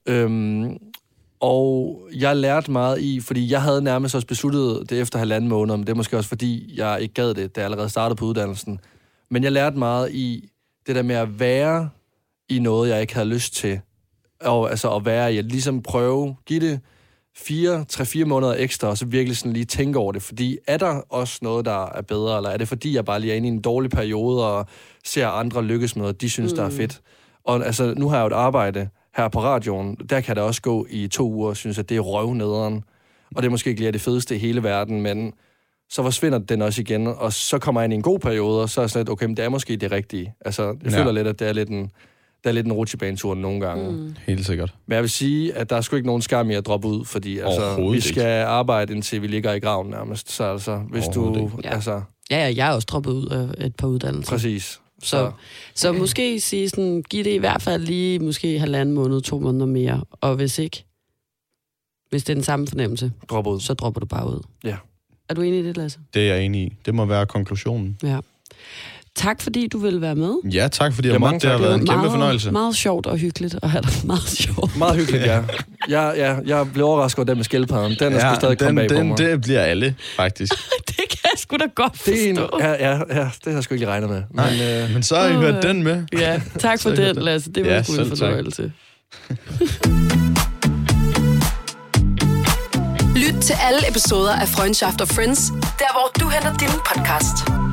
Og jeg lærte meget i, fordi jeg havde nærmest også besluttet det efter 1,5 måned, men det er måske også fordi, jeg ikke gad det, da jeg allerede startede på uddannelsen. Men jeg lærte meget i det der med at være i noget, jeg ikke havde lyst til. Og altså at være i, at ligesom prøve, give det 3-4 måneder ekstra, og så virkelig sådan lige tænke over det. Fordi er der også noget, der er bedre, eller er det fordi, jeg bare lige er inde i en dårlig periode, og ser andre lykkes med noget, de synes, der er fedt. Og altså, nu har jeg jo et arbejde her på radioen, der kan det også gå i 2 uger, synes at det er røvnederen. Og det er måske ikke lige det fedeste i hele verden, men så forsvinder den også igen, og så kommer jeg ind i en god periode, og så er jeg sådan lidt, okay, men det er måske det rigtige. Altså, jeg føler lidt, at det er lidt en rutsjebanetur nogle gange. Helt sikkert. Men jeg vil sige, at der er sgu ikke nogen skam i at droppe ud, fordi altså, vi skal arbejde, indtil vi ligger i graven nærmest. Så altså, hvis du... Altså... Ja, jeg er også droppet ud af et par uddannelser. Præcis. Så måske sige sådan, giv det i hvert fald lige måske 1,5 måned, 2 måneder mere. Og hvis det er den samme fornemmelse, så dropper du bare ud. Ja. Er du enig i det, Lasse? Det er jeg enig i. Det må være konklusionen. Ja. Tak, fordi du ville være med. Ja, tak, fordi jeg måtte. Det har været en kæmpe fornøjelse. Meget sjovt og hyggeligt at have dig. Meget sjovt. Meget hyggeligt, ja. Jeg blev overrasket over den med skildpadden. Den er sgu stadig kommet bag på mig. Det bliver alle, faktisk. Det kan jeg sgu da godt forstå. Ja, det har jeg sgu ikke lige regnet med. Men så har I hørt den med. Ja, tak for den, Lasse. Det var sgu en fornøjelse. Lyt til alle episoder af Freundschaft og Friends, der hvor du henter din podcast.